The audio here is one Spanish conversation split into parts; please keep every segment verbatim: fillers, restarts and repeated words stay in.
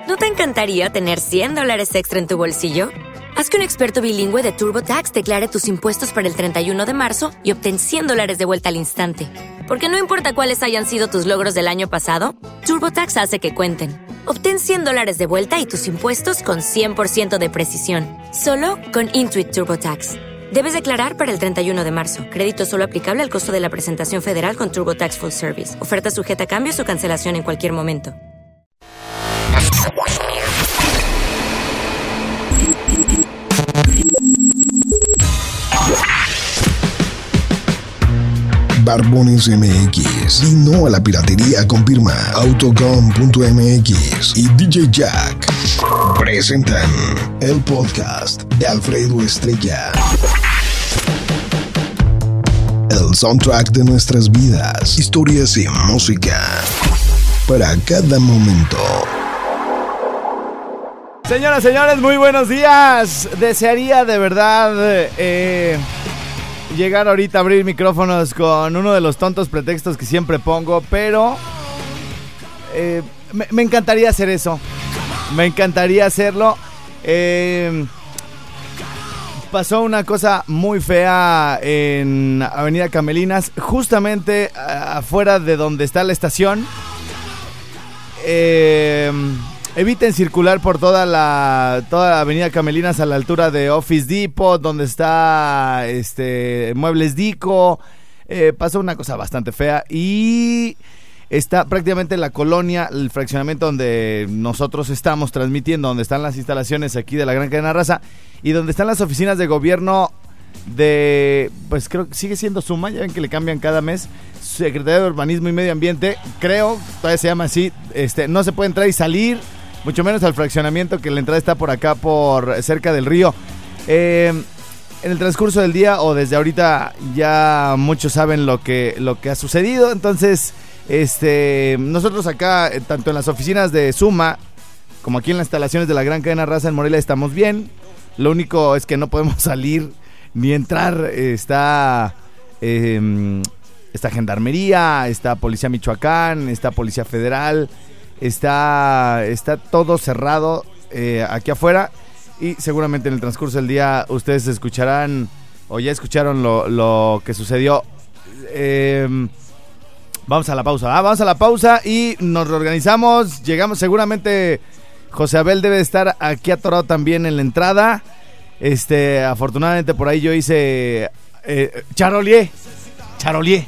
¿No te encantaría tener cien dólares extra en tu bolsillo? Haz que un experto bilingüe de TurboTax declare tus impuestos para el treinta y uno de marzo y obtén cien dólares de vuelta al instante. Porque no importa cuáles hayan sido tus logros del año pasado, TurboTax hace que cuenten. Obtén cien dólares de vuelta y tus impuestos con cien por ciento de precisión. Solo con Intuit TurboTax. Debes declarar para el treinta y uno de marzo. Crédito solo aplicable al costo de la presentación federal con TurboTax Full Service. Oferta sujeta a cambios o cancelación en cualquier momento. Barbones M X y no a la piratería con firma Autocom punto M X y D J Jack presentan el podcast de Alfredo Estrella, el soundtrack de nuestras vidas, historias y música para cada momento. Señoras, señores, muy buenos días. Desearía de verdad eh, llegar ahorita a abrir micrófonos con uno de los tontos pretextos que siempre pongo, pero eh, me, me encantaría hacer eso. Me encantaría hacerlo. Eh, pasó una cosa muy fea en Avenida Camelinas, justamente afuera de donde está la estación. Eh... Eviten circular por toda la toda la avenida Camelinas a la altura de Office Depot, donde está este Muebles Dico. Eh, pasó una cosa bastante fea y está prácticamente la colonia, el fraccionamiento donde nosotros estamos transmitiendo, donde están las instalaciones aquí de la Gran Cadena Raza y donde están las oficinas de gobierno de, pues creo que sigue siendo Suma, ya ven que le cambian cada mes, Secretaría de Urbanismo y Medio Ambiente, creo, todavía se llama así. Este, no se puede entrar y salir, mucho menos al fraccionamiento, que la entrada está por acá, por cerca del río. Eh, en el transcurso del día o desde ahorita ya muchos saben lo que, lo que ha sucedido. Entonces, este, nosotros acá, tanto en las oficinas de Suma como aquí en las instalaciones de la Gran Cadena Raza en Morelia, estamos bien. Lo único es que no podemos salir ni entrar. Está eh, está Gendarmería, está Policía Michoacán, está Policía Federal. Está, está todo cerrado eh, aquí afuera y seguramente en el transcurso del día ustedes escucharán o ya escucharon lo, lo que sucedió. Eh, vamos a la pausa, ¿ah? Vamos a la pausa y nos reorganizamos. Llegamos, seguramente José Abel debe estar aquí atorado también en la entrada. Este, afortunadamente por ahí yo hice eh, Charolier, Charolier.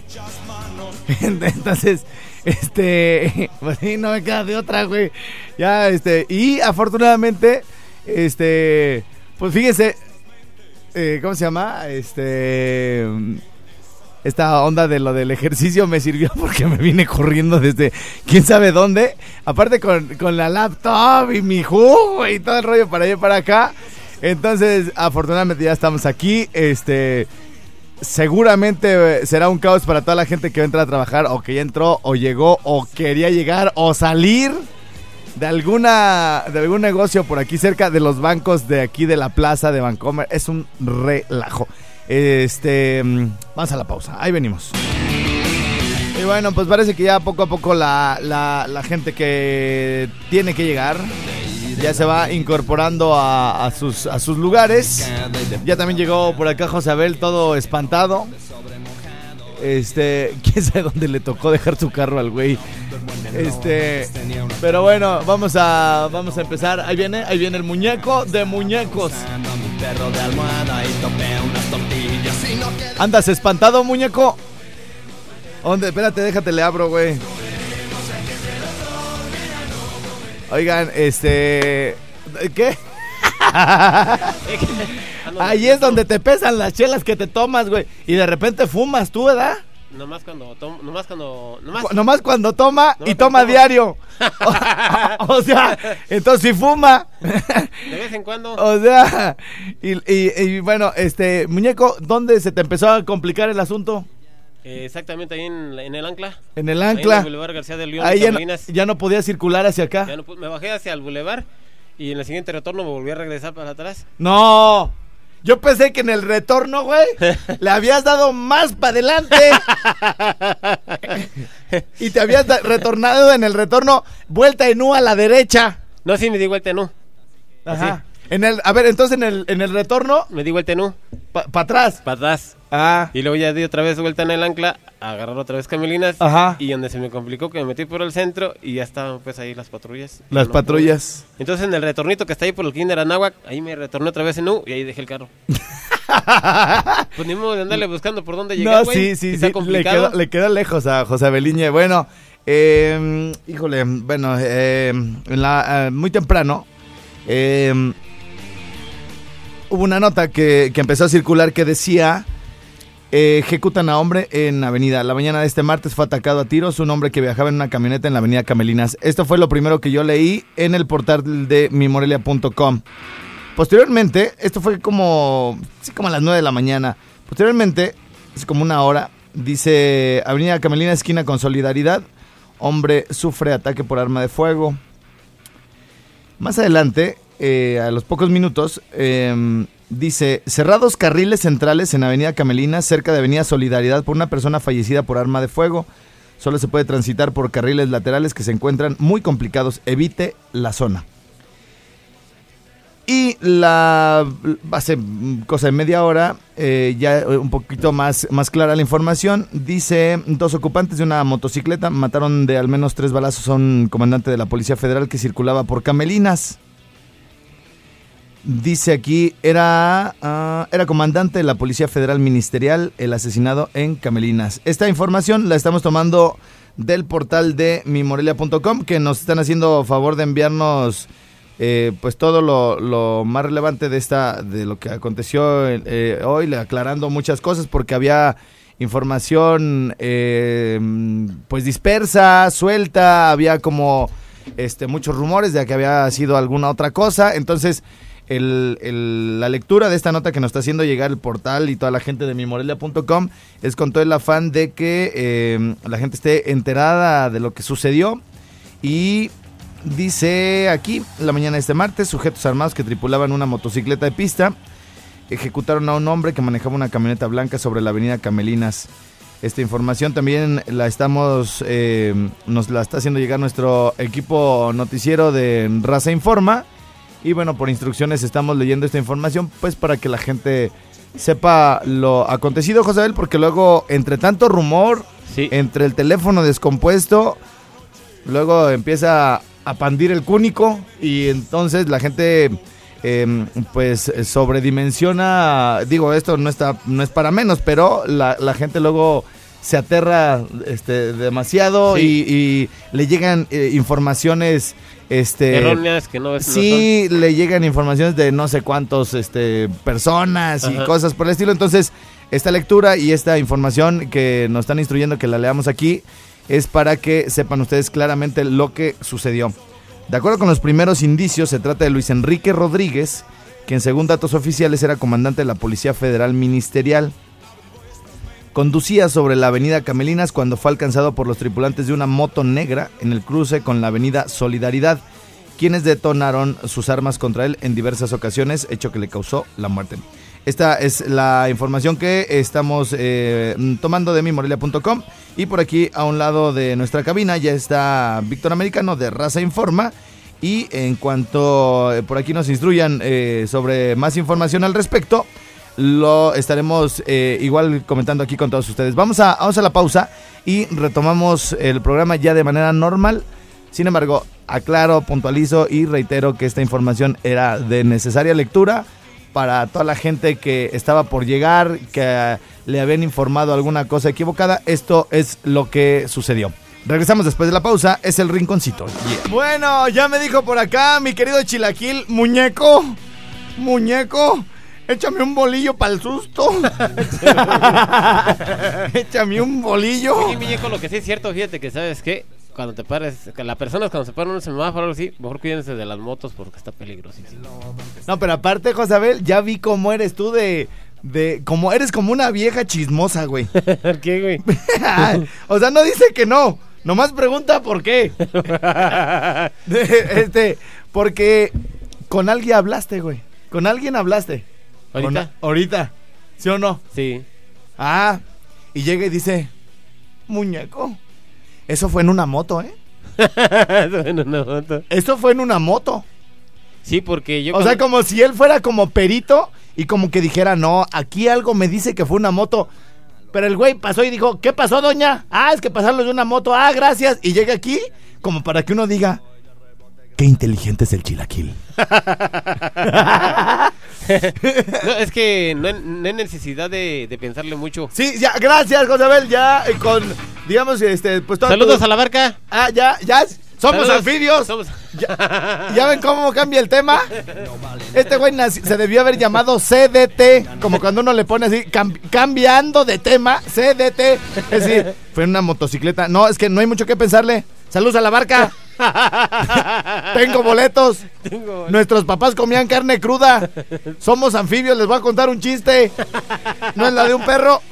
Entonces, este, pues sí, no me queda de otra, güey. Ya, este, y afortunadamente, este, pues fíjense, eh, ¿cómo se llama? Este, esta onda de lo del ejercicio me sirvió porque me vine corriendo desde quién sabe dónde. Aparte con, con la laptop y mi jugo y todo el rollo para allá y para acá. Entonces, afortunadamente ya estamos aquí, este... Seguramente será un caos para toda la gente que va a entrar a trabajar o que ya entró o llegó o quería llegar o salir de alguna de algún negocio por aquí cerca de los bancos de aquí de la plaza de Vancomer. Es un relajo. Este, vamos a la pausa. Ahí venimos. Y bueno, pues parece que ya poco a poco la, la, la gente que tiene que llegar ya se va incorporando a, a, sus, a sus lugares. Ya también llegó por acá José Abel, todo espantado. Este, quién sabe dónde le tocó dejar su carro al güey. Este, pero bueno, vamos a, vamos a empezar. Ahí viene, ahí viene el muñeco de muñecos. ¿Andas espantado, muñeco? ¿Dónde? Espérate, déjate, le abro, güey. Oigan, este... ¿Qué? Ahí es donde te pesan las chelas que te tomas, güey. Y de repente fumas tú, ¿verdad? Nomás cuando toma, nomás cuando... Nomás, Cu- nomás cuando toma nomás y toma toma. diario. O, o sea, entonces sí fuma. De vez en cuando. O sea, y, y, y bueno, este... Muñeco, ¿dónde se te empezó a complicar el asunto? Eh, exactamente ahí en, en el Ancla. En el Ahí en Ancla. el Boulevard García del León. Ahí de ya no, Camelinas. ya no podía circular hacia acá. Ya no pu- me bajé hacia el Boulevard y en el siguiente retorno me volví a regresar para atrás. No, yo pensé que en el retorno, güey, le habías dado más para adelante. Y te habías da- retornado en el retorno, vuelta en U a la derecha. No, sí, me di vuelta en U. Ajá. Así. En el, a ver, entonces en el, en el retorno, Me di vuelta en U, para pa atrás. para atrás. Ah. Y luego ya di otra vez vuelta en el ancla, agarrar otra vez Camelinas. Ajá. Y donde se me complicó que me metí por el centro y ya estaban pues ahí las patrullas. Las No, patrullas. no. Entonces en el retornito que está ahí por el Kinder Anáhuac, ahí me retorné otra vez en U y ahí dejé el carro. Pues ni modo de andarle buscando por dónde llegar, No, güey. sí, sí, Está sí. Le complicado. quedó, le quedó lejos a José Beliñe. Bueno, eh, híjole, bueno, eh, en la, eh, muy temprano eh, hubo una nota que, que empezó a circular que decía: eh, ejecutan a hombre en avenida. La mañana de este martes fue atacado a tiros un hombre que viajaba en una camioneta en la avenida Camelinas. Esto fue lo primero que yo leí en el portal de mi morelia punto com. Posteriormente, esto fue como, sí, como a las nueve de la mañana. Posteriormente, es como una hora, dice: avenida Camelina, esquina con Solidaridad, hombre sufre ataque por arma de fuego. Más adelante, eh, a los pocos minutos, eh, dice: cerrados carriles centrales en avenida Camelina, cerca de avenida Solidaridad, por una persona fallecida por arma de fuego. Solo se puede transitar por carriles laterales que se encuentran muy complicados. Evite la zona. Y la hace cosa de media hora, eh, ya un poquito más, más clara la información. Dice: dos ocupantes de una motocicleta mataron de al menos tres balazos a un comandante de la Policía Federal que circulaba por Camelinas. Dice aquí, era, uh, era comandante de la Policía Federal Ministerial, el asesinado en Camelinas. Esta información la estamos tomando del portal de mi morelia punto com, que nos están haciendo favor de enviarnos eh, pues todo lo, lo más relevante de esta de lo que aconteció eh, hoy, aclarando muchas cosas porque había información eh, pues dispersa, suelta, había como este muchos rumores de que había sido alguna otra cosa. Entonces El, el, la lectura de esta nota que nos está haciendo llegar el portal y toda la gente de mi morelia punto com es con todo el afán de que eh, la gente esté enterada de lo que sucedió. Y dice aquí: la mañana de este martes, sujetos armados que tripulaban una motocicleta de pista ejecutaron a un hombre que manejaba una camioneta blanca sobre la avenida Camelinas. Esta información también la estamos eh, nos la está haciendo llegar nuestro equipo noticiero de Raza Informa. Y bueno, por instrucciones estamos leyendo esta información, pues para que la gente sepa lo acontecido, Josabel, porque luego, entre tanto rumor, sí, entre el teléfono descompuesto, luego empieza a pandir el cúnico y entonces la gente eh, pues sobredimensiona. Digo, esto no está no es para menos, pero la, la gente luego se aterra este, demasiado, sí, y, y le llegan eh, informaciones este erróneas que no es. Sí, no le llegan informaciones de no sé cuántos este personas, ajá, y cosas por el estilo. Entonces, esta lectura y esta información que nos están instruyendo que la leamos aquí es para que sepan ustedes claramente lo que sucedió. De acuerdo con los primeros indicios, se trata de Luis Enrique Rodríguez, quien según datos oficiales era comandante de la Policía Federal Ministerial. Conducía sobre la avenida Camelinas cuando fue alcanzado por los tripulantes de una moto negra en el cruce con la avenida Solidaridad, quienes detonaron sus armas contra él en diversas ocasiones, hecho que le causó la muerte. Esta es la información que estamos eh, tomando de mi morelia punto com, y por aquí a un lado de nuestra cabina ya está Víctor Americano de Raza Informa, y en cuanto eh, por aquí nos instruyan eh, sobre más información al respecto, lo estaremos eh, igual comentando aquí con todos ustedes. Vamos a, vamos a la pausa y retomamos el programa ya de manera normal. Sin embargo, aclaro, puntualizo y reitero que esta información era de necesaria lectura para toda la gente que estaba por llegar, que le habían informado alguna cosa equivocada. Esto es lo que sucedió. Regresamos después de la pausa, es el rinconcito. Yeah. Bueno, ya me dijo por acá mi querido Chilaquil, muñeco, muñeco, échame un bolillo para el susto. Échame un bolillo. Sí, muñeco, lo que sí es cierto, fíjate que sabes que cuando te pares, que las personas cuando se paran en un semáforo o algo así, mejor cuídense de las motos porque está peligrosísimo. No, pero aparte, Josabel, ya vi cómo eres tú de... de como eres como una vieja chismosa, güey. ¿Por qué, güey? O sea, no dice que no, nomás pregunta por qué. Este, porque con alguien hablaste, güey. Con alguien hablaste. ¿Ahorita? Con, ahorita, ¿sí o no? Sí. Ah, y llega y dice, muñeco, eso fue en una moto, ¿eh? Eso en una moto. Eso fue en una moto. Sí, porque yo... O sea, como si él fuera como perito y como que dijera, no, aquí algo me dice que fue una moto. Pero el güey pasó y dijo, ¿qué pasó, doña? Ah, es que pasaron de una moto. Ah, gracias. Y llega aquí como para que uno diga, qué inteligente es el chilaquil. No, es que no hay, no hay necesidad de, de pensarle mucho. Sí, ya, gracias, Josabel. Ya eh, con, digamos, este, pues todo. Saludos todo. a la barca. Ah, ya, ya. Somos Saludos. anfibios. Somos... Ya, ¿ya ven cómo cambia el tema? Este güey naci- se debió haber llamado C D T, como cuando uno le pone así, cam- cambiando de tema, C D T. Es decir, fue en una motocicleta. No, es que no hay mucho que pensarle. Saludos a la barca. Tengo boletos. Tengo... Nuestros papás comían carne cruda. Somos anfibios, les voy a contar un chiste. ¿No es la de un perro?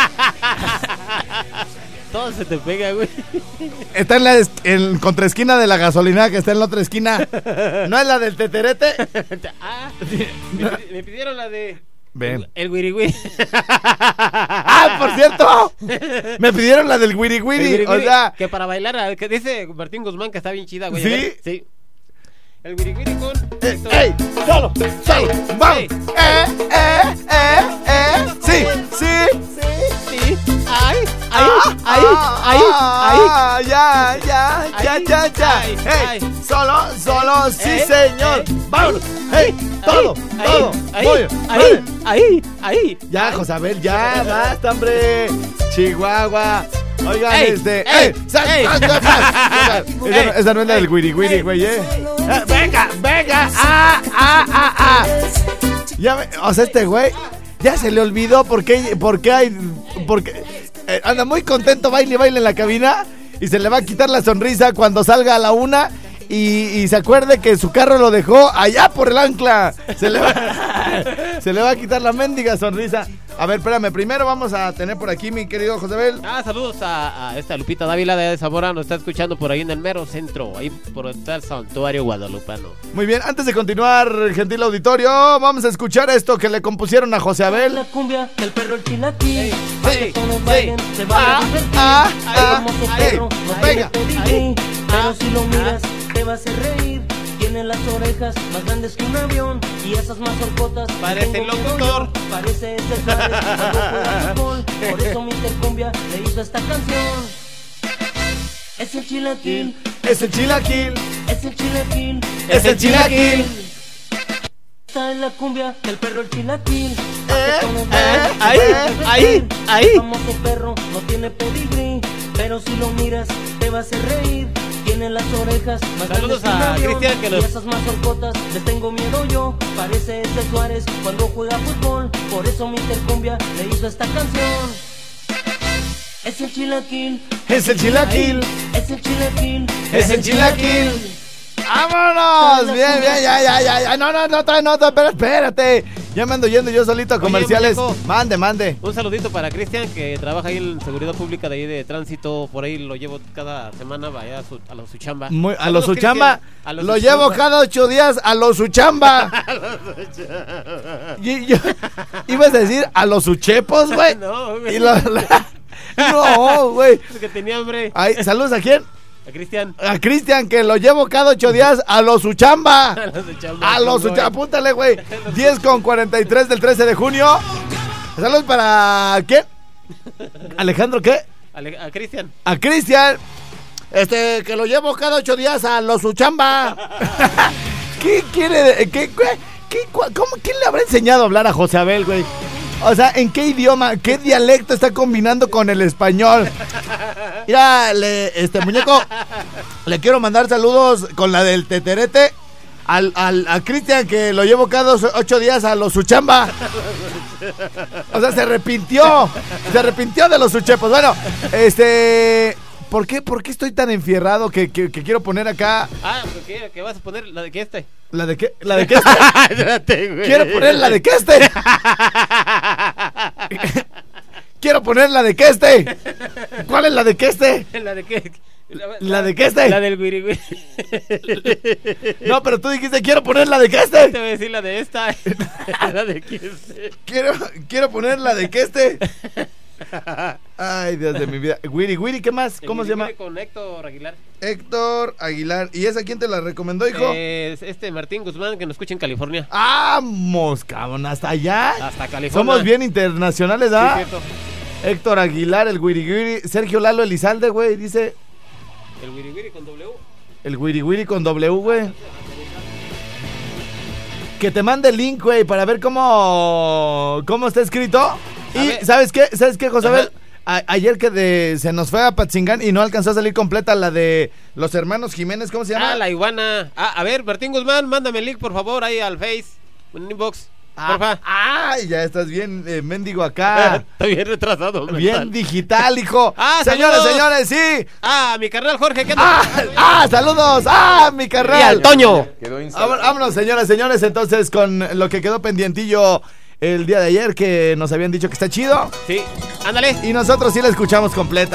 Todo se te pega, güey. Está en la es- en contraesquina de la gasolina que está en la otra esquina. ¿No es la del teterete? Ah, me, me pidieron la de... Ven. El wiri wiri. Ah, por cierto, me pidieron la del wiri El wiri. wiri O wiri, sea, que para bailar, que dice Martín Guzmán que está bien chida, güey. ¿Sí? A ver, sí. El wiri wiri con... eh, ¡ey! ¡Solo! ¡Solo! ¡Vamos! Ey. ¡Eh! ¡Eh! ¡Eh! ¡Eh! ¡Sí! ¡Sí! Sí. Ay, ay, Ah, ay, ay, ay. ah, ya, ya, ya, Ay, ya, ya. ay, ¡Hey! ay. ¡Solo! ¡Solo! ¡Sí, Eh, señor! eh, ¡Vámonos! ¡Hey! ¡Todo! Ahí, ¡Todo! ahí, Voy, ahí, vale. ahí, ahí. Ya, Josabel, ya, basta, hombre. Chihuahua. Oigan, Ey, este. ey, ¡Ey! ¡Sal! ey. ¡Sal! ¡Sal! ¡Sal! Esa, Ey, esa no es la del ey, wiri wiri, ey, güey, eh. Eh, ¡Venga! ¡Venga! ¡Ah! ¡Ah! ¡Ah! ¡Ah! Ya me, o sea, este güey ya se le olvidó por qué, por qué hay. Porque eh, anda muy contento, baile, baile en la cabina. Y se le va a quitar la sonrisa cuando salga a la una. Y, y se acuerde que su carro lo dejó allá por el ancla. Se le va, se le va a quitar la mendiga sonrisa. A ver, espérame, primero vamos a tener por aquí, mi querido Josabel. Ah, saludos a, a esta Lupita Dávila de Zamora, nos está escuchando por ahí en el mero centro, ahí por el santuario guadalupano. Muy bien, antes de continuar, gentil auditorio, vamos a escuchar esto que le compusieron a José Abel. La cumbia, el perro, el chilaquil. Ey, Pa' ey, que todos ey. bailen, se Ah, van a divertir. ah, Ay, ah, famoso ey, perro, no venga, tiene pedigrí, ahí, pero ah, si lo miras, ah. te va a hacer reír. Tiene las orejas más grandes que un avión y esas más horcotas. Parece tengo miedo locutor. yo, parece ese Suárez cuando juega fútbol. Por eso mister Cumbia le hizo esta canción. Es el chilaquil, Es el chilaquil, es el chilaquil, es el chilaquil. está en la cumbia, el perro, el chilaquil. Eh, eh, ahí, eh, ahí, ahí. El famoso perro no tiene pedigrí, pero si lo miras te va a hacer reír. Tiene las orejas más Saludos grandes que un a avión, Cristian, que nos- y esas más horcotas les tengo miedo yo. Parece ese Suárez cuando juega fútbol. Por eso mister Cumbia le hizo esta canción. Es el chilaquil, Es el chilaquil, es el chilaquil, es el chilaquil. ¡Vámonos! Bien, bien, ya, ya, ya, ya. No, no, no, no, no, no, pero espérate. Ya me ando yendo yo solito a Oye, comerciales. muñeco. Mande, mande. Un saludito para Cristian, que trabaja ahí en seguridad pública de ahí de tránsito, por ahí lo llevo cada semana, vaya a, su, a lo, su chamba. Muy, a Saludos, los Suchamba, Cristian. A los lo Suchamba. llevo cada ocho días a los Suchamba. Y yo, ibas a decir a los Suchepos, güey. No, güey. Y lo- la- no, güey. Es que tenía hambre. Ay, saludos a quién? A Cristian. A Cristian, que lo llevo cada ocho días a los Suchamba. A los de chamba. A los güey. Suchamba, apúntale, güey. diez con cuarenta y tres del trece de junio. Saludos para ¿quién? Alejandro, ¿qué? Ale- A Cristian. A Cristian, este, que lo llevo cada ocho días a los Suchamba. ¿Qué quiere? ¿Qué, qué, qué, cua- cómo, ¿Quién le habrá enseñado a hablar a José Abel, güey? O sea, ¿en qué idioma, qué dialecto está combinando con el español? Mira, le, este muñeco, le quiero mandar saludos con la del teterete al, al, a Cristian, que lo llevo cada dos- ocho días a los Suchamba. O sea, se arrepintió. Se arrepintió de los Suchepos. Bueno, este... ¿Por qué, ¿Por qué estoy tan enfierrado que, que, que quiero poner acá? Ah, ¿qué, ¿qué vas a poner? ¿La de qué este? ¿La de qué? ¿La de qué? Este? Espérate, güey. Quiero poner la de qué este. Quiero poner la de qué este. ¿Cuál es la de qué este? ¿La de qué? ¿La de qué este? La del wiri wiri. No, pero tú dijiste quiero poner la de qué Te este. voy a decir la de esta. La de qué este. Quiero, quiero poner la de qué este. Ay, Dios de mi vida. Wiri, Wiri, ¿qué más? El ¿Cómo se Wiri llama? Wiri con Héctor Aguilar. Héctor Aguilar. ¿Y esa quién te la recomendó, hijo? Eh, este Martín Guzmán, que nos escucha en California. ¡Vamos, cabrón! ¿Hasta allá? Hasta California. Somos bien internacionales, Sí, ¿ah? cierto. Héctor Aguilar, el Wiri Wiri. Sergio Lalo Elizalde, güey, dice... El Wiri Wiri con W. El Wiri Wiri con W, güey. Que te mande el link, güey, para ver cómo... Cómo está escrito. Y, ver. ¿sabes qué? ¿Sabes qué, Josabel? Ajá. A- ayer que de, se nos fue a Patzingán y no alcanzó a salir completa la de los hermanos Jiménez, ¿cómo se llama? Ah, la iguana. Ah, a ver, Martín Guzmán, mándame el link, por favor, ahí al Face. En inbox. Ah, Porfa. ay, ya estás bien, eh, mendigo acá. Está bien retrasado. Bien mental. digital, hijo. Ah, señores, saludos. señores, sí. Ah, mi carnal Jorge, ¿qué Ah, ah, saludos. Ah, mi Y carnal. al Toño. Vámonos, vámonos, señores, señores, entonces con lo que quedó pendientillo el día de ayer, que nos habían dicho que está chido. Sí, ándale. Y nosotros sí la escuchamos completa.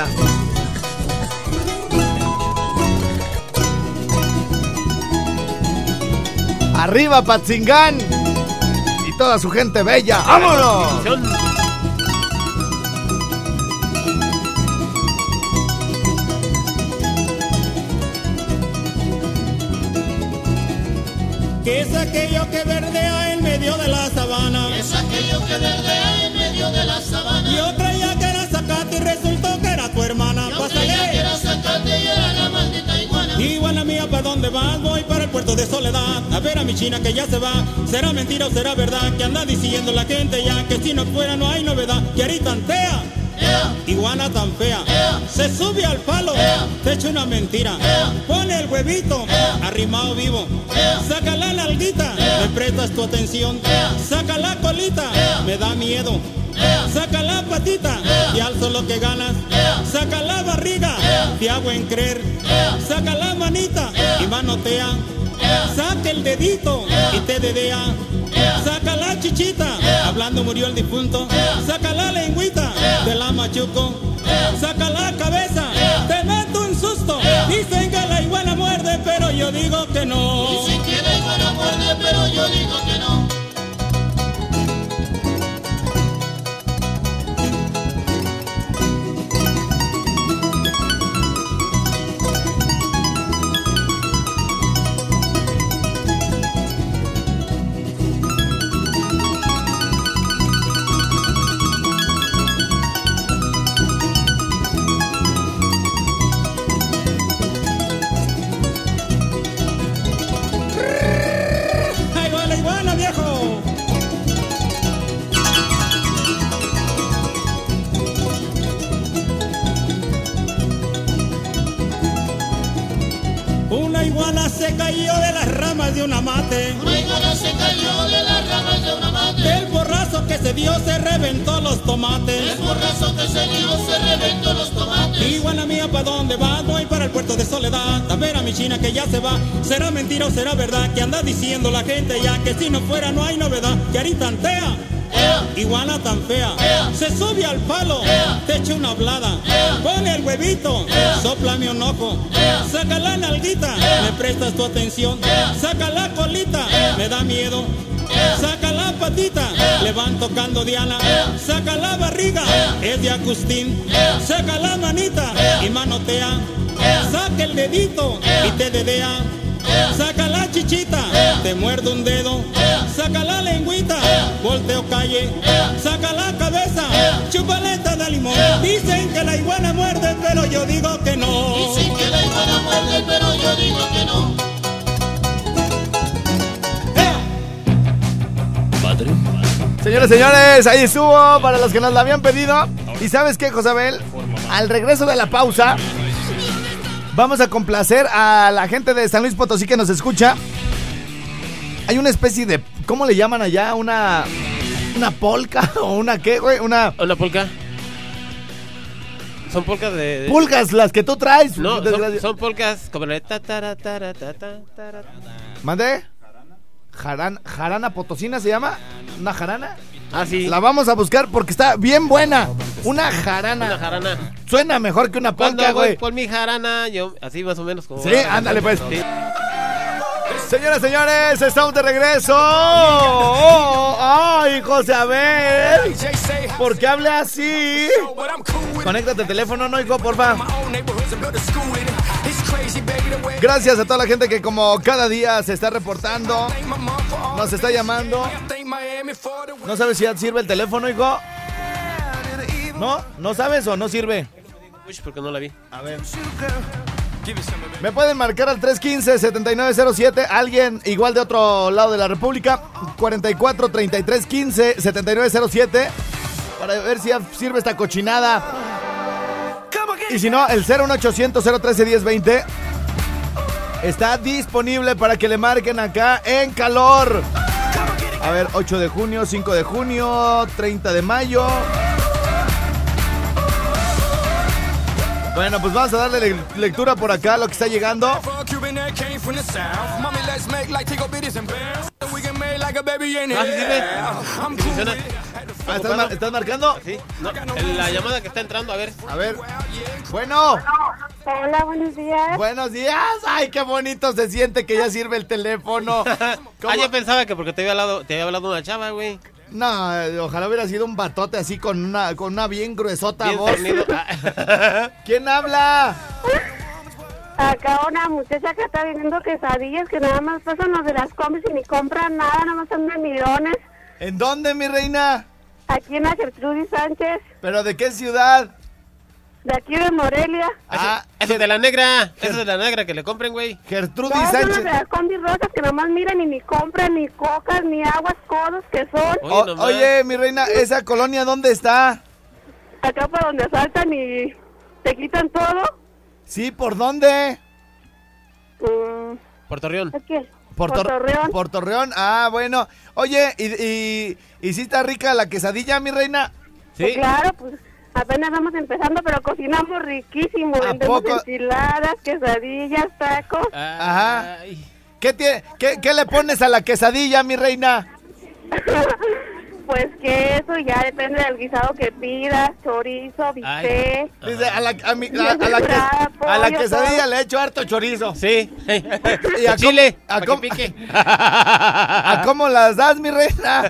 Arriba, Patzingán. Y toda su gente bella. ¡Vámonos! ¿Qué es aquello que verdea en medio de la sabana? Es aquello que verdea en medio de la sabana. Yo creía que era zacate y resultó que era tu hermana. Yo creía que era zacate y era la maldita iguana. Iguana mía, ¿para dónde vas? Voy para el puerto de Soledad a ver a mi china que ya se va. ¿Será mentira o será verdad? Que anda diciendo la gente ya que si no fuera no hay novedad. Que ahorita tantea. Ea, Iguana tan fea, Ea. se sube al palo, Ea. te echa una mentira, Ea. pone el huevito, Ea. arrimado vivo, Ea. saca la nalguita, Ea. me prestas tu atención, Ea. saca la colita, Ea. me da miedo, Ea. saca la patita, Ea. y alzo lo que ganas, Ea. saca la barriga, Ea. te hago en creer, Ea. saca la manita, Ea. y manotea, Ea. saca el dedito, Ea. y te dedea, Ea. saca la chichita, Ea. hablando murió el difunto, Ea. saca la lengüita, Ea. te la machuco, Ea. saca la cabeza, Ea. te meto un susto, Ea. dicen que la iguana muerde, pero yo digo que no. Dicen que la iguana muerde, pero yo digo que no. Ahí va la iguana, viejo. Una iguana se cayó de las ramas de una mate. Una iguana se cayó de las ramas de una mate. Del borrazo que se dio se reventó los tomates. El borrazo que se dio se reventó los tomates. Iguana mía, ¿pa' dónde vas? Voy para el puerto de Soledad a ver a mi china que ya se va. ¿Será mentira o será verdad? Que anda diciendo la gente ya que si no fuera no hay novedad. Que ahorita tantea. Ea. Iguana tan fea, Ea. se sube al palo, Ea. te echa una hablada, Ea. pone el huevito, Ea. sóplame un ojo, Ea. saca la nalguita, Ea. me prestas tu atención, Ea. saca la colita, Ea. me da miedo, Ea. saca la patita, Ea. le van tocando Diana, Ea. saca la barriga, Ea. es de Agustín, Ea. saca la manita Ea. y manotea, Ea. saca el dedito Ea. y te dedea. Ea. Saca la chichita, Ea. te muerde un dedo, Ea. saca la lengüita, Ea. volteo calle, Ea. saca la cabeza, Ea. chupaleta de limón. Ea. Dicen que la iguana muerde, pero yo digo que no. Dicen que la iguana muerde, pero yo digo que no. Ea. Señores, señores, ahí estuvo para los que nos la habían pedido. ¿Y sabes qué, Josabel? Al regreso de la pausa, vamos a complacer a la gente de San Luis Potosí que nos escucha. Hay una especie de... ¿Cómo le llaman allá? Una... ¿Una polca? ¿O una qué, güey? Una... ¿Una polca? Son polcas de... de- Pulgas, las que tú traes. No, son, desgracia- son polcas como la de ta, tara, tara, ta, ta, tara. ¿Mande? Jarana, jarana potosina se llama. ¿Una jarana? Ah, sí. La vamos a buscar porque está bien buena. Una jarana. Una jarana. Suena mejor que una Cuando polca, voy güey. por mi jarana, yo... Así más o menos como... Sí, ándale, pues. Sí. Señoras, señores, estamos de regreso. Oh, oh, ay, José Abel. ¿Por qué habla así? Conéctate el teléfono, no, hijo, porfa. Gracias a toda la gente que como cada día se está reportando, nos está llamando. ¿No sabes si ya sirve el teléfono, hijo? ¿No? ¿No sabes o no sirve? Uy, porque no la vi. A ver. Me pueden marcar al tres uno cinco, siete nueve cero siete. Alguien igual de otro lado de la República. cuarenta y cuatro, treinta y tres, quince, setenta y nueve cero siete. Para ver si ya sirve esta cochinada. Y si no, el cero uno ochocientos, cero trece, diez veinte está disponible para que le marquen acá en calor. A ver, ocho de junio, cinco de junio, treinta de mayo. Bueno, pues vamos a darle le- lectura por acá a lo que está llegando. Ah, ¿sí sirve? ¿Funciona? Ah, ¿estás, mar- ¿Estás marcando? Sí. No, la llamada que está entrando, a ver. A ver. Bueno, Hola, buenos días. buenos días. Ay, qué bonito se siente que ya sirve el teléfono. ¿Cómo? Ah, yo pensaba que porque te había hablado, te había hablado una chava, güey. No, eh, ojalá hubiera sido un batote así con una, con una bien gruesota Bien voz. fornido. Ah. ¿Quién habla? Acá una muchacha que está vendiendo quesadillas que nada más pasan los de las combis y ni compran nada, nada más son de mirones. ¿En dónde, mi reina? Aquí en la Gertrudis Sánchez, ¿Pero de qué ciudad? de aquí de Morelia. Ah, Eso es de la negra. Eso es de la negra que le compren, güey. Gertrudis Todas son los Sánchez. de las combis rosas que nada más miran y ni compran ni cocas, ni aguas, codos que son. Oye, O- nomás. oye, mi reina, ¿esa colonia dónde está? Acá por donde asaltan y te quitan todo. Sí, ¿por dónde? Mm, Por Torreón. ¿es qué? Por, Por Tor- Torreón. Por Torreón. Ah, bueno. Oye, ¿y, y, y sí está rica la quesadilla, mi reina? Pues ¿Sí? claro, pues apenas vamos empezando, pero cocinamos riquísimo. ¿A Vendemos poco? enchiladas, quesadillas, tacos. Ajá. Ay. ¿Qué, tie- qué, ¿Qué le pones a la quesadilla, mi reina? Pues queso, ya depende del guisado que pidas, chorizo, bistec. Dice, a la, a mi- a- a la que- a la quesadilla le he hecho harto chorizo. Sí. ¿Y a Chile. cómo- a para cómo- que pique. ¿A cómo las das, mi reina?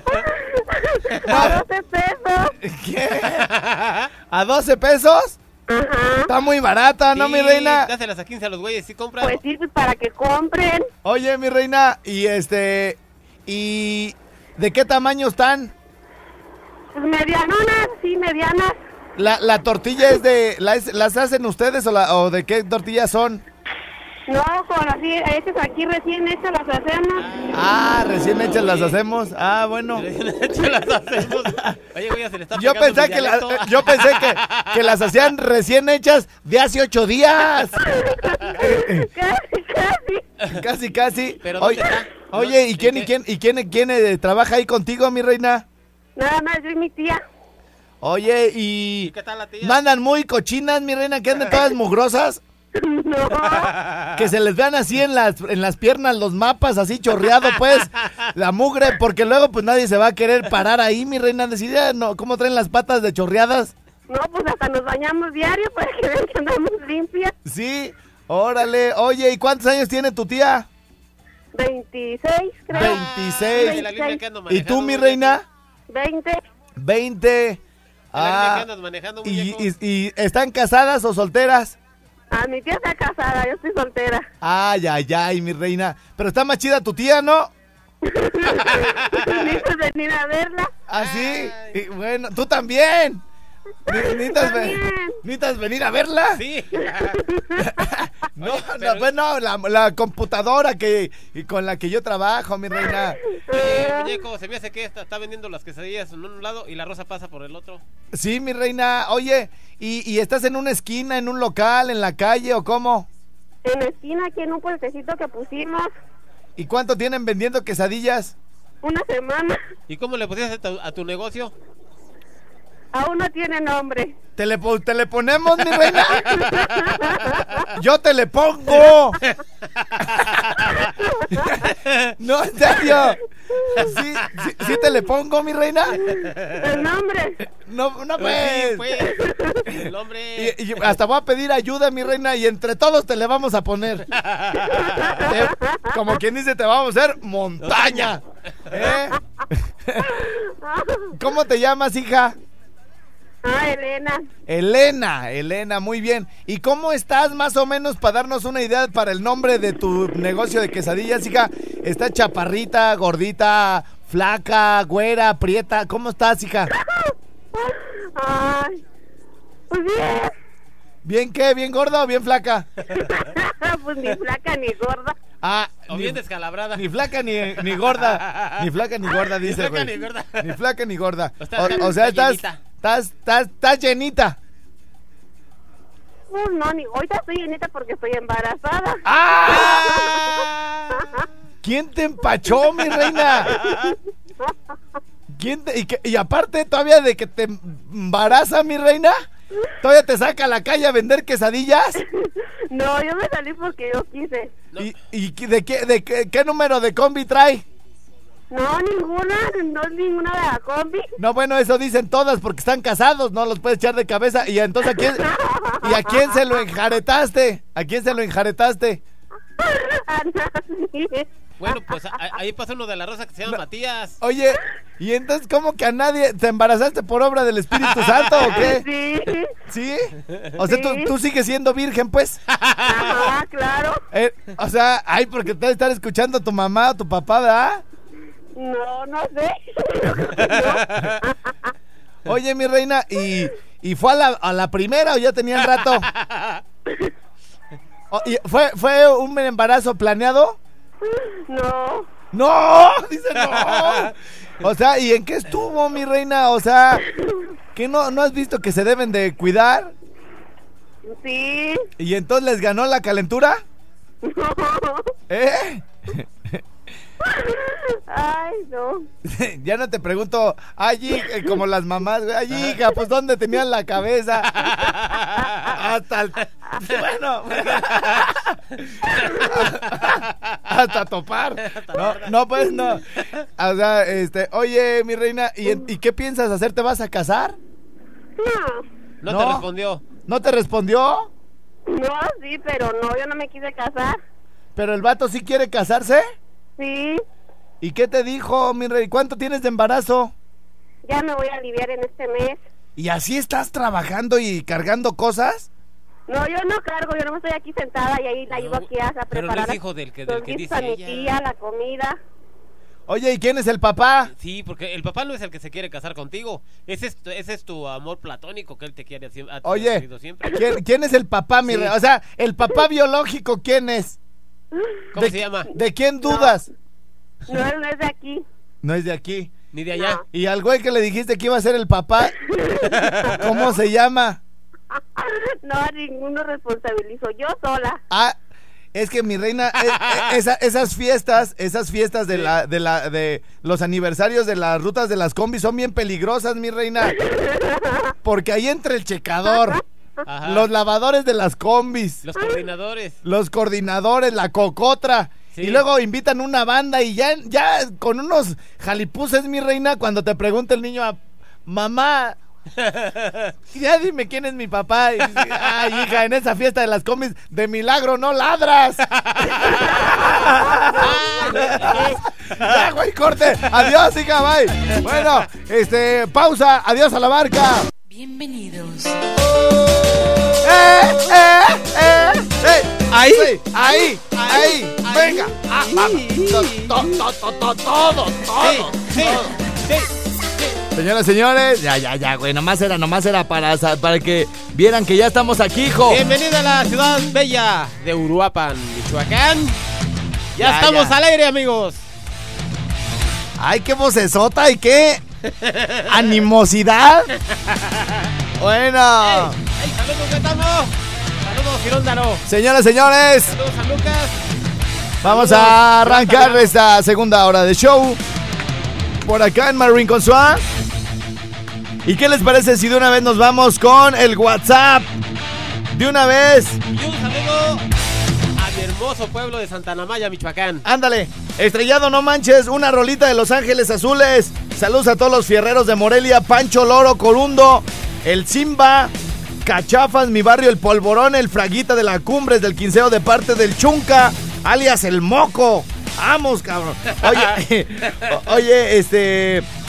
A doce pesos. ¿Qué? ¿A doce pesos? Ajá. Está muy barata, ¿no, mi Sí, reina? Dáselas a quince a los güeyes, ¿sí compran? Pues sí, pues para que compren. Oye, mi reina, y este... ¿Y de qué tamaño están? Pues medianonas, sí, medianas. ¿La, la tortilla es de... La es- ¿Las hacen ustedes o, la- o de qué tortillas son? No, con así, hechas aquí recién hechas las hacemos. Ah, recién hechas las hacemos. Ah, bueno. Se las hacemos. Oye, güey, se le está Yo pegando pensé mi que, la- dialecto. yo pensé que, que las hacían recién hechas de hace ocho días. Casi, casi. Casi, casi. Pero oye, ¿dónde está? oye, ¿y ¿En quién, y qué? quién, y quién, quién eh, trabaja ahí contigo, mi reina? Nada más yo y mi tía. Oye, y... ¿Y qué tal la tía? ¿Mandan muy cochinas, mi reina? ¿Que andan todas mugrosas? No. Que se les vean así en las, en las piernas los mapas, así chorreado, pues, la mugre, porque luego pues nadie se va a querer parar ahí, mi reina. Decir, "Ah, no, ¿cómo traen las patas de chorreadas? No, pues hasta nos bañamos diario para que vean que andamos limpias. Sí, órale. Oye, ¿y cuántos años tiene tu tía? veintiséis, creo. veintiséis. Ay, la línea que ando ¿Y manejando, tú, mi muy reina? veinte. veinte. La línea que Ah, andas manejando, muy y, viejo. y, y ¿están casadas o solteras? Ah, mi tía está casada, yo estoy soltera. Ay, ay, ay, mi reina. Pero está más chida tu tía, ¿no? Necesitas venir a verla. ¿Ah, sí? Y bueno, tú también. Ne- ¿Necesitas, ve- También. necesitas venir a verla? Sí. No, Oye, no, pero- bueno, la, la computadora que y con la que yo trabajo, mi reina. Oye, muñeco, se me hace que está, está vendiendo las quesadillas en un lado y la rosa pasa por el otro. Sí, mi reina. Oye, ¿y, y estás en una esquina, en un local, en la calle o cómo? En la esquina, aquí en un puestecito que pusimos, ¿Y cuánto tienen vendiendo quesadillas? una semana. ¿Y cómo le pusiste a tu, a tu negocio? Aún no tiene nombre. ¿Te le, po- te le ponemos, mi reina? ¡Yo te le pongo! No, en serio. ¿Sí, sí, sí te le pongo, mi reina? El nombre. No, no Pues pues. sí, pues. El hombre. Y, y hasta voy a pedir ayuda, mi reina, y entre todos te le vamos a poner. Te- como quien dice, te vamos a hacer montaña. ¿Eh? ¿Cómo te llamas, hija? Ah, Elena. Elena, Elena, muy bien. ¿Y cómo estás más o menos para darnos una idea para el nombre de tu negocio de quesadillas, hija? ¿Está chaparrita, gordita, flaca, güera, prieta? ¿Cómo estás, hija? Ay, pues bien. ¿Bien qué? ¿Bien gorda o bien flaca? Pues ni flaca ni gorda. Ah, O ni, bien descalabrada. ni flaca ni, ni gorda. Ni flaca ni gorda, dice, Ni flaca güey. ni gorda. Ni flaca ni gorda. O sea, O, está- o sea, está estás, llenita. estás, estás, estás llenita. Pues no, ni ahorita estoy llenita porque estoy embarazada. ¡Ah! ¿Quién te empachó, mi reina? ¿Quién te, y, que, y aparte todavía de que te embaraza, mi reina, todavía te saca a la calle a vender quesadillas. No, yo me salí porque yo quise. No. ¿Y, y de, qué, de qué, qué número de combi trae? No, ninguna, no es ninguna de la combi. No, bueno, eso dicen todas porque están casados, no los puedes echar de cabeza. Y entonces, ¿a quién, ¿y a quién se lo enjaretaste? ¿A quién se lo enjaretaste? A nadie. Bueno, pues a- ahí pasa uno de la Rosa que se llama Matías. Oye, ¿y entonces cómo que a nadie te embarazaste por obra del Espíritu Santo o qué? Sí. ¿Sí? O sea, ¿tú, Sí. tú sigues siendo virgen, pues. Ajá, claro. Eh, o sea, ay, porque te debe estar escuchando tu mamá o tu papá, ¿verdad? No, no sé. Oye, mi reina, ¿y, y fue a la, a la primera o ya tenían rato? O- y ¿fue, ¿Fue un embarazo planeado? No. ¡No! Dice no. O sea, ¿y en qué estuvo, mi reina? O sea, ¿qué no, no has visto que se deben de cuidar? Sí. ¿Y entonces les ganó la calentura? No. ¿Eh? Ay, no. Ya no te pregunto, ay, hija, como las mamás, güey, ay, hija, pues ¿dónde tenían la cabeza? Hasta el... Bueno, hasta topar. No, no, pues no. O sea, este, oye, mi reina, ¿y, en- ¿y qué piensas hacer? ¿Te vas a casar? No. No, No. te respondió. ¿No te respondió? No, sí, pero no, yo no me quise casar. ¿Pero el vato sí quiere casarse? Sí. ¿Y qué te dijo, mi rey? ¿Cuánto tienes de embarazo? Ya me voy a aliviar en este mes. ¿Y así estás trabajando y cargando cosas? No, yo no cargo, yo no estoy aquí sentada y ahí la ayudo No, aquí a, a pero no preparar es hijo del que- del los que guisos dice a mi ella. tía, la comida. Oye, ¿y quién es el papá? Sí, porque el papá no es el que se quiere casar contigo. Ese es, tu- ese es tu amor platónico que él te quiere siem- ha Oye, querido siempre. ¿quién, quién es el papá, mi Sí. rey? O sea, el papá biológico, ¿quién es? ¿Cómo ¿De, se llama? ¿De quién dudas? No, él no es de aquí. No es de aquí. Ni de allá. No. Y al güey que le dijiste que iba a ser el papá, ¿cómo se llama? No, a ninguno responsabilizo, yo sola. Ah, es que mi reina, eh, eh, esa- esas fiestas, esas fiestas de la, de la, de los aniversarios de las rutas de las combis son bien peligrosas, mi reina. Porque ahí entre el checador, Ajá. los lavadores de las combis, Los coordinadores. los coordinadores, la cocotra. Sí. Y luego invitan una banda y ya, ya con unos jalipuses, mi reina, cuando te pregunta el niño a mamá, ya dime quién es mi papá. Y dice, ay, hija, en esa fiesta de las combis, de milagro no ladras. Ya, güey, corte. Adiós, hija, bye. Bueno, este, pausa. Adiós a la barca. Bienvenidos. ¡Eh, eh, eh! eh. Ahí, sí, ahí, ahí, venga. Ah, vamos. To- to- to- to- to- Todo, todo, Sí, todo. sí. Señoras, señores, ya, ya, ya, güey, nomás era, nomás era para, para que vieran que ya estamos aquí, hijo. Bienvenida a la ciudad bella de Uruapan, Michoacán. Ya, Ya, estamos ya. al aire, amigos. Ay, qué vocesota y qué animosidad. Bueno, ¡Ey, saludos, Betamo! Saludos, Giróndaro. señoras, señores, Saludos a Lucas. vamos Saludos, a arrancar Giróndaro. esta segunda hora de show por acá en Marine Consuá. ¿Y qué les parece si de una vez nos vamos con el WhatsApp? De una vez. Y un saludo a mi hermoso pueblo de Santana Maya, Michoacán. Ándale, estrellado, no manches, una rolita de Los Ángeles Azules. Saludos a todos los fierreros de Morelia, Pancho Loro, Corundo, el Simba, Cachafas, mi barrio, el Polvorón, el Fraguita de la Cumbres del Quinceo de parte del Chunca, alias el Moco. Vamos, cabrón. Oye, o- oye, este,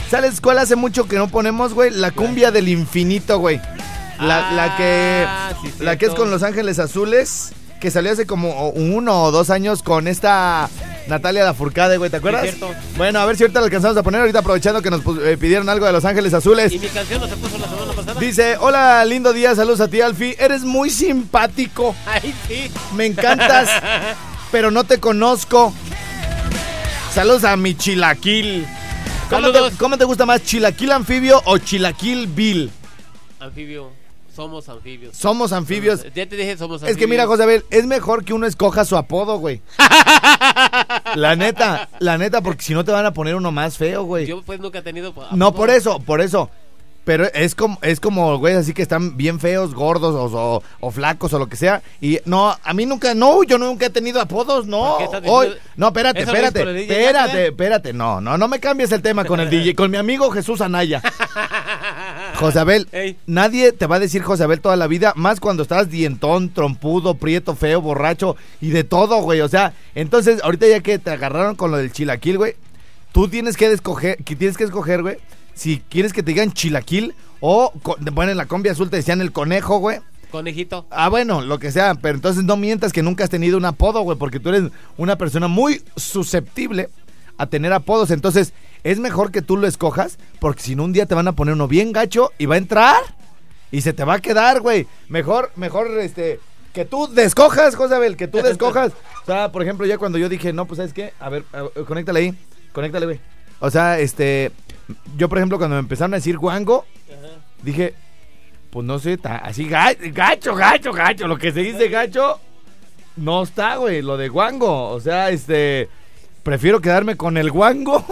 ¿Sabes cuál hace mucho que no ponemos, güey? La cumbia del infinito, güey. La, la que Ah, sí, la que es cierto. con Los Ángeles Azules, que salió hace como uno o dos años con esta Natalia Lafourcade, güey, ¿te acuerdas? Sí, cierto. Bueno, a ver si ahorita la alcanzamos a poner, ahorita aprovechando que nos pu- eh, pidieron algo de Los Ángeles Azules. ¿Y mi canción no se puso la semana pasada? Dice, hola, lindo día, saludos a ti, Alfie. Eres muy simpático, Ay, sí. me encantas, pero no te conozco. Saludos a mi chilaquil. ¿Cómo Saludos. te, ¿Cómo te gusta más, chilaquil anfibio o chilaquil bill? Anfibio. Somos anfibios. Somos anfibios. Ya te dije, somos anfibios. Es que mira, José Abel, es mejor que uno escoja su apodo, güey. La neta, la neta, porque si no te van a poner uno más feo, güey. Yo pues nunca he tenido... No, por eso, por eso. Pero es como, es como, güey, así que están bien feos, gordos o, o, o flacos o lo que sea. Y no, a mí nunca, no, yo nunca he tenido apodos, no. ¿Por qué estás diciendo- Hoy, no, espérate, ¿Eso lo dices espérate, con el D J espérate, Jack, espérate. No, no, no me cambies el tema con el D J, con mi amigo Jesús Anaya. José Abel, Ey. nadie te va a decir José Abel toda la vida, más cuando estás dientón, trompudo, prieto, feo, borracho y de todo, güey. O sea, entonces, ahorita ya que te agarraron con lo del chilaquil, güey, tú tienes que escoger, que tienes que escoger, güey, si quieres que te digan chilaquil o, co- bueno, en la combi azul te decían el conejo, güey. Conejito. Ah, bueno, lo que sea, pero entonces no mientas que nunca has tenido un apodo, güey, porque tú eres una persona muy susceptible a tener apodos. Entonces, es mejor que tú lo escojas, porque si no un día te van a poner uno bien gacho y va a entrar y se te va a quedar, güey. Mejor, mejor, este, que tú descojas, José Abel, que tú descojas. O sea, por ejemplo, ya cuando yo dije, no, pues, ¿sabes qué? A ver, a ver, conéctale ahí, conéctale, güey. O sea, este, yo, por ejemplo, cuando me empezaron a decir guango, dije, pues no sé, ta- así ga- gacho, gacho, gacho. Lo que se dice gacho no está, güey, lo de guango. O sea, este, prefiero quedarme con el guango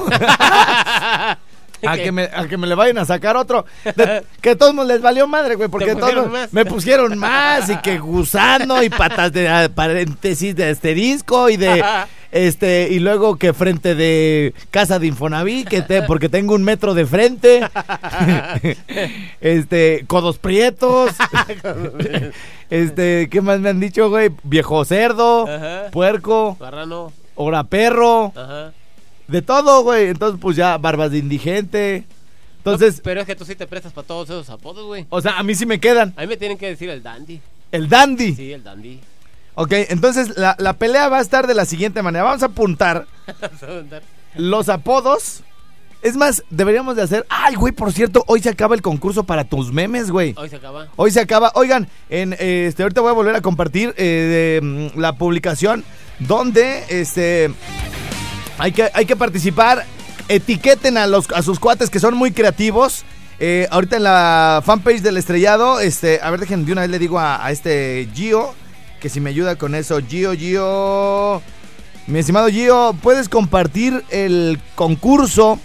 a que me a que me le vayan a sacar otro. De- que a todos nos les valió madre, güey, porque Te todos pusieron más. me pusieron más y que gusano y patas de ah, paréntesis de asterisco y de este y luego que frente de casa de Infonavit, que te, porque tengo un metro de frente. Este, codos prietos. Este, ¿qué más me han dicho, güey? Viejo cerdo, Ajá. puerco, Barrano. hora perro, Ajá. de todo, güey. Entonces, pues ya, barbas de indigente. Entonces, No, pero es que tú sí te prestas para todos esos apodos, güey. o sea, a mí sí me quedan. A mí me tienen que decir el dandy. El dandy. Sí, el dandy. Ok, entonces la, la pelea va a estar de la siguiente manera. Vamos a apuntar los apodos. Es más, deberíamos de hacer... Ay, güey, por cierto, hoy se acaba el concurso para tus memes, güey. Hoy se acaba. Hoy se acaba. Oigan, en eh, este ahorita voy a volver a compartir eh, de, mm, la publicación donde este hay que hay que participar. Etiqueten a los a sus cuates que son muy creativos. Eh, ahorita en la fanpage del Estrellado, este, a ver, dejen de una vez le digo a, a este Gio que si me ayuda con eso. Gio, Gio, mi estimado Gio, puedes compartir el concurso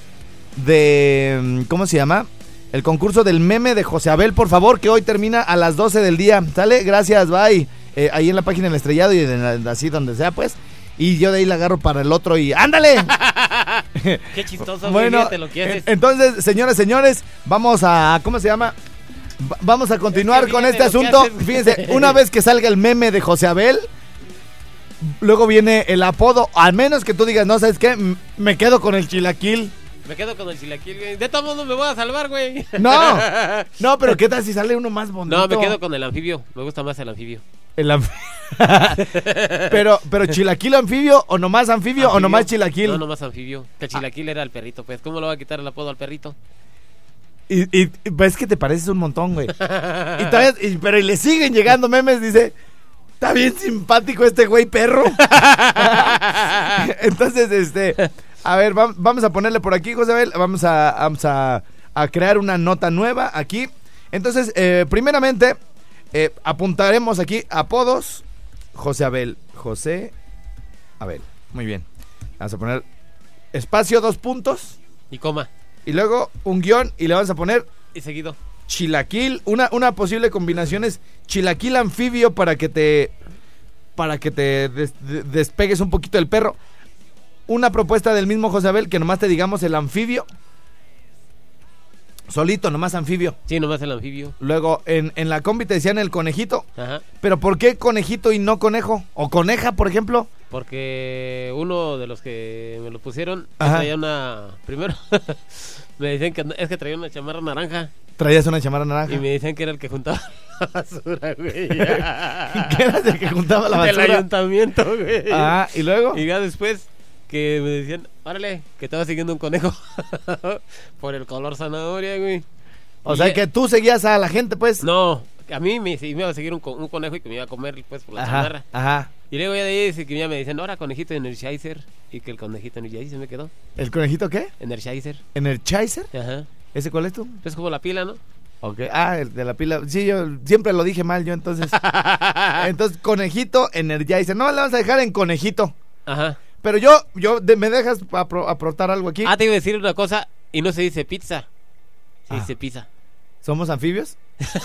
de ¿cómo se llama? El concurso del meme de José Abel, por favor, que hoy termina a las doce del día. ¿Sale? Gracias, bye. Eh, ahí en la página del Estrellado y en la- así donde sea, pues. Y yo de ahí la agarro para el otro y ¡ándale! Qué chistoso, Bueno, güey, te lo quieres. en- entonces, señoras, señores, vamos a... ¿Cómo se llama? Va- vamos a continuar Es que con fíjate este lo que asunto. haces. Fíjense, una vez que salga el meme de José Abel, luego viene el apodo. Al menos que tú digas, no, ¿sabes qué? M- Me quedo con el chilaquil. Me quedo con el chilaquil, güey. De todos modos me voy a salvar, güey. No, no, pero ¿qué tal si sale uno más bonito? No, me quedo con el anfibio. Me gusta más el anfibio. El anf- pero, pero chilaquil anfibio o nomás anfibio, o ¿Anfibio? nomás chilaquil. No, nomás anfibio. Que el chilaquil era el perrito, pues. ¿Cómo le va a quitar el apodo al perrito? Y, y, y ves que te pareces un montón, güey. Y todavía, y- pero y le siguen llegando memes, dice, está bien simpático este güey perro. Entonces, este, a ver, vam- vamos a ponerle por aquí, José Abel, vamos a, vamos a, a crear una nota nueva aquí. Entonces, eh, primeramente, eh, apuntaremos aquí apodos, José Abel, José Abel, muy bien. Vamos a poner espacio, dos puntos, Y coma. y luego un guión, y le vamos a poner Y seguido. chilaquil, una, una posible combinación es chilaquil anfibio para que te para que te des- de- despegues un poquito del perro. Una propuesta del mismo José Abel, que nomás te digamos el anfibio. Solito, nomás anfibio. Sí, nomás el anfibio. Luego, en, en la combi te decían el conejito. Ajá. Pero ¿por qué conejito y no conejo? O coneja, por ejemplo. Porque uno de los que me lo pusieron Ajá. traía una... Primero, me decían que es que traía una chamarra naranja. Traías una chamarra naranja. Y me decían que era el que juntaba la basura, güey. ¿Qué eras el que juntaba la Del basura? ayuntamiento, güey. Ah, ¿y luego? Y ya después que me decían, órale, que estaba siguiendo un conejo por el color zanahoria, güey. O Y sea, ya- que tú seguías a la gente, pues. No, a mí me, me iba a seguir un, co- un conejo y que me iba a comer, pues, por la chamarra. Ajá, ajá. Y luego ya de ahí dice que ya me dicen, ahora conejito Energizer. Y que el conejito Energizer me quedó. ¿El conejito qué? Energizer. ¿Energizer? Ajá. ¿Ese cuál es tú? Es como la pila, ¿no? Ok. Ah, el de la pila. Sí, yo siempre lo dije mal, yo entonces. Entonces, conejito Energizer. No, le vamos a dejar en conejito. Ajá. Pero yo, yo, de- ¿me dejas apro- aportar algo aquí? Ah, te iba a decir una cosa y no se dice pizza. Se Ah. dice pizza. ¿Somos anfibios?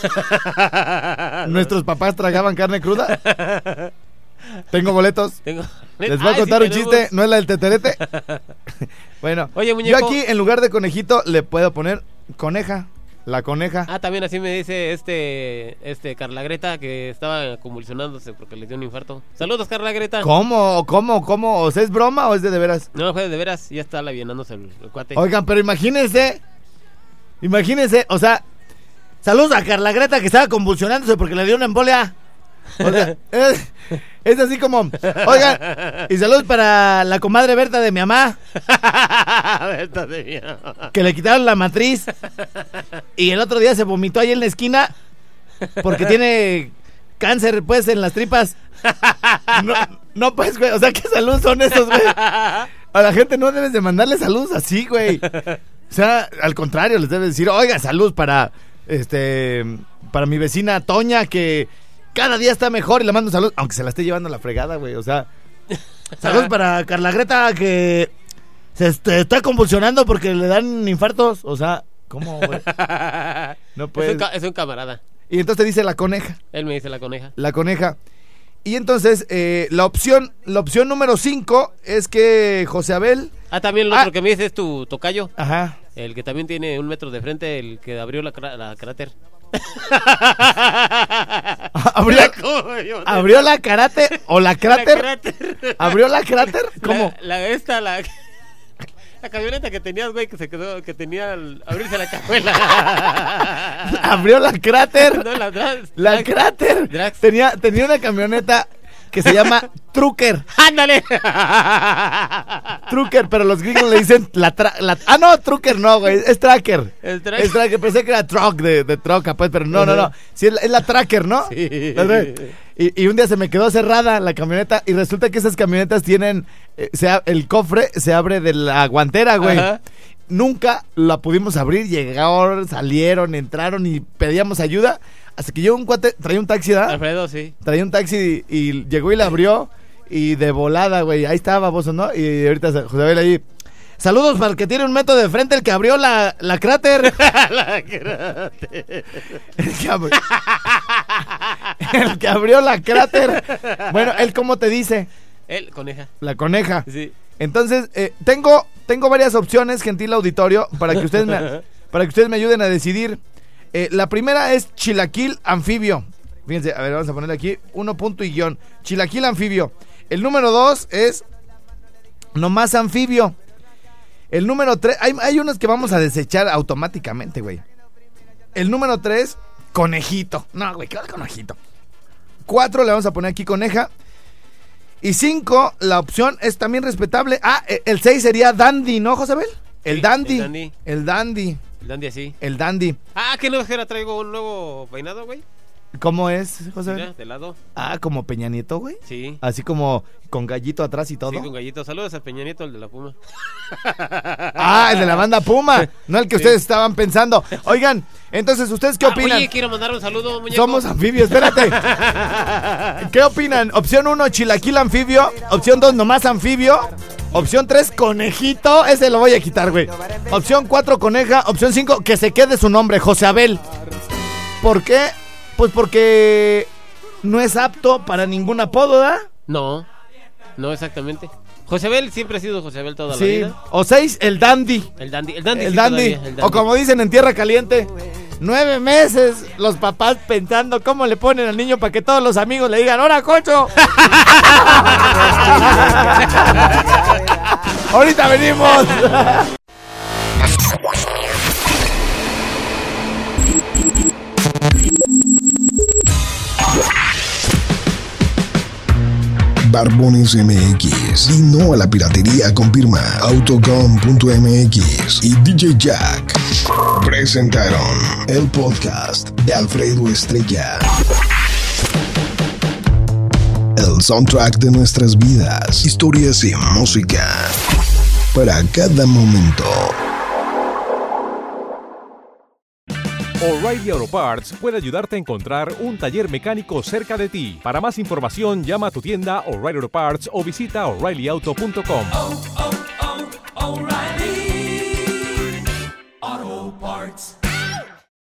¿Nuestros papás tragaban carne cruda? Tengo boletos. Tengo... Les voy a Ay, contar sí un tenemos. chiste, no es la del teterete. Bueno, Oye, yo muñeco. aquí en lugar de conejito le puedo poner coneja. La coneja. Ah, también así me dice este este Carla Greta que estaba convulsionándose porque le dio un infarto. Saludos, Carla Greta. ¿Cómo? ¿Cómo? ¿Cómo? ¿O sea, es broma o es de de veras? No, fue de veras, ya está laviándose el, el cuate. Oigan, pero imagínense. Imagínense, o sea, saludos a Carla Greta que estaba convulsionándose porque le dio una embolia. O sea, es, es así como, oigan, y saludos para la comadre Berta de mi mamá, Berta de mi mamá. que le quitaron la matriz y el otro día se vomitó ahí en la esquina porque tiene cáncer, pues, en las tripas. No, no pues, güey, o sea, ¿qué saludos son esos, güey? A la gente no debes de mandarle saludos así, güey. O sea, al contrario, les debes decir, oiga, salud para, este, para mi vecina Toña, que cada día está mejor y le mando salud, aunque se la esté llevando la fregada, güey, o sea. Salud para Carla Greta, que se este, está convulsionando porque le dan infartos, o sea, ¿cómo, güey? No Es puedes. un, ca- es un camarada. Y entonces te dice la coneja, Él me dice la coneja. la coneja. Y entonces, eh, la opción, la opción número cinco es que José Abel, Ah, también el Ah. otro que me dice es tu tocayo. ajá, El que también tiene un metro de frente, el que abrió la, cra- la cráter. abrió, ¿Cómo yo? abrió la karate o la La cráter, cráter. abrió la cráter, ¿cómo? La, la esta, la, la camioneta que tenías, güey, que se quedó, que tenía al abrirse la cajuela. Abrió la cráter, No, la Drax. la Drax. cráter, Drax. tenía, tenía una camioneta que se llama Trucker. ¡Ándale! Trucker, pero los gringos le dicen la, tra- la ah no, Trucker no, güey, es Tracker. El tracker. Es Tracker, pensé que era truck de, de troca, pues, pero no, no, no. Sí, es la, es la Tracker, ¿no? Sí. La tra- Y, y un día se me quedó cerrada la camioneta y resulta que esas camionetas tienen, eh, se a- el cofre se abre de la guantera, güey. Ajá. Nunca la pudimos abrir, llegaron, salieron, entraron y pedíamos ayuda. Hasta que yo un cuate, traía un taxi, ¿verdad? Alfredo, sí. Traía un taxi y, y llegó y la abrió y de volada, güey, ahí estaba vos, ¿no? Y ahorita José Abel ahí, saludos para el que tiene un metro de frente, el que abrió la, la cráter. La cráter. El que, abrió, el que abrió la cráter. Bueno, él cómo te dice, Él, coneja. la coneja. Sí. Entonces, eh, tengo, tengo varias opciones, gentil auditorio, para que ustedes me, para que ustedes me ayuden a decidir. Eh, la primera es chilaquil anfibio. Fíjense, a ver, vamos a ponerle aquí uno punto y guión. Chilaquil anfibio. El número dos es nomás anfibio. El número tres, hay, hay unos que vamos a desechar automáticamente, güey. El número tres, conejito. No, güey, ¿qué va conejito? Cuatro, le vamos a poner aquí coneja. Y cinco, la opción es también respetable. Ah, e- el seis sería dandy, ¿no, Josabel? El Sí, dandy. el dandy. El dandy. El dandy así. El dandy. Ah, que no era, traigo un nuevo peinado, güey. ¿Cómo es, José? Mira, de lado. Ah, como Peña Nieto, güey. Sí. Así como con gallito atrás y todo. Sí, con gallito. Saludos a Peña Nieto, el de la Puma. Ah, el de la banda Puma, no el que Sí. ustedes estaban pensando. Oigan, entonces, ¿ustedes qué Ah, opinan? Oye, quiero mandar un saludo, muñeco. Somos anfibios, espérate. ¿Qué opinan? Opción uno, chilaquil anfibio. Opción dos, nomás anfibio. Opción tres, conejito. Ese lo voy a quitar, güey. Opción cuatro, coneja. Opción cinco, que se quede su nombre, José Abel. ¿Por qué? Pues porque no es apto para ningún apodo, ¿verdad? No, no exactamente. José Abel siempre ha sido José Abel toda la Sí. vida. O seis, el dandy. El dandy. El dandy. El sí, dandy. todavía, el O como dicen en Tierra Caliente, Nueve meses los papás pensando cómo le ponen al niño para que todos los amigos le digan, ¡hora, cocho! Ahorita venimos. Barbones M X y no a la piratería con firma Autocom punto M X y D J Jack presentaron el podcast de Alfredo Estrella. El soundtrack de nuestras vidas, historias y música para cada momento. O'Reilly Auto Parts puede ayudarte a encontrar un taller mecánico cerca de ti. Para más información, llama a tu tienda O'Reilly Auto Parts o visita O'Reilly Auto punto com.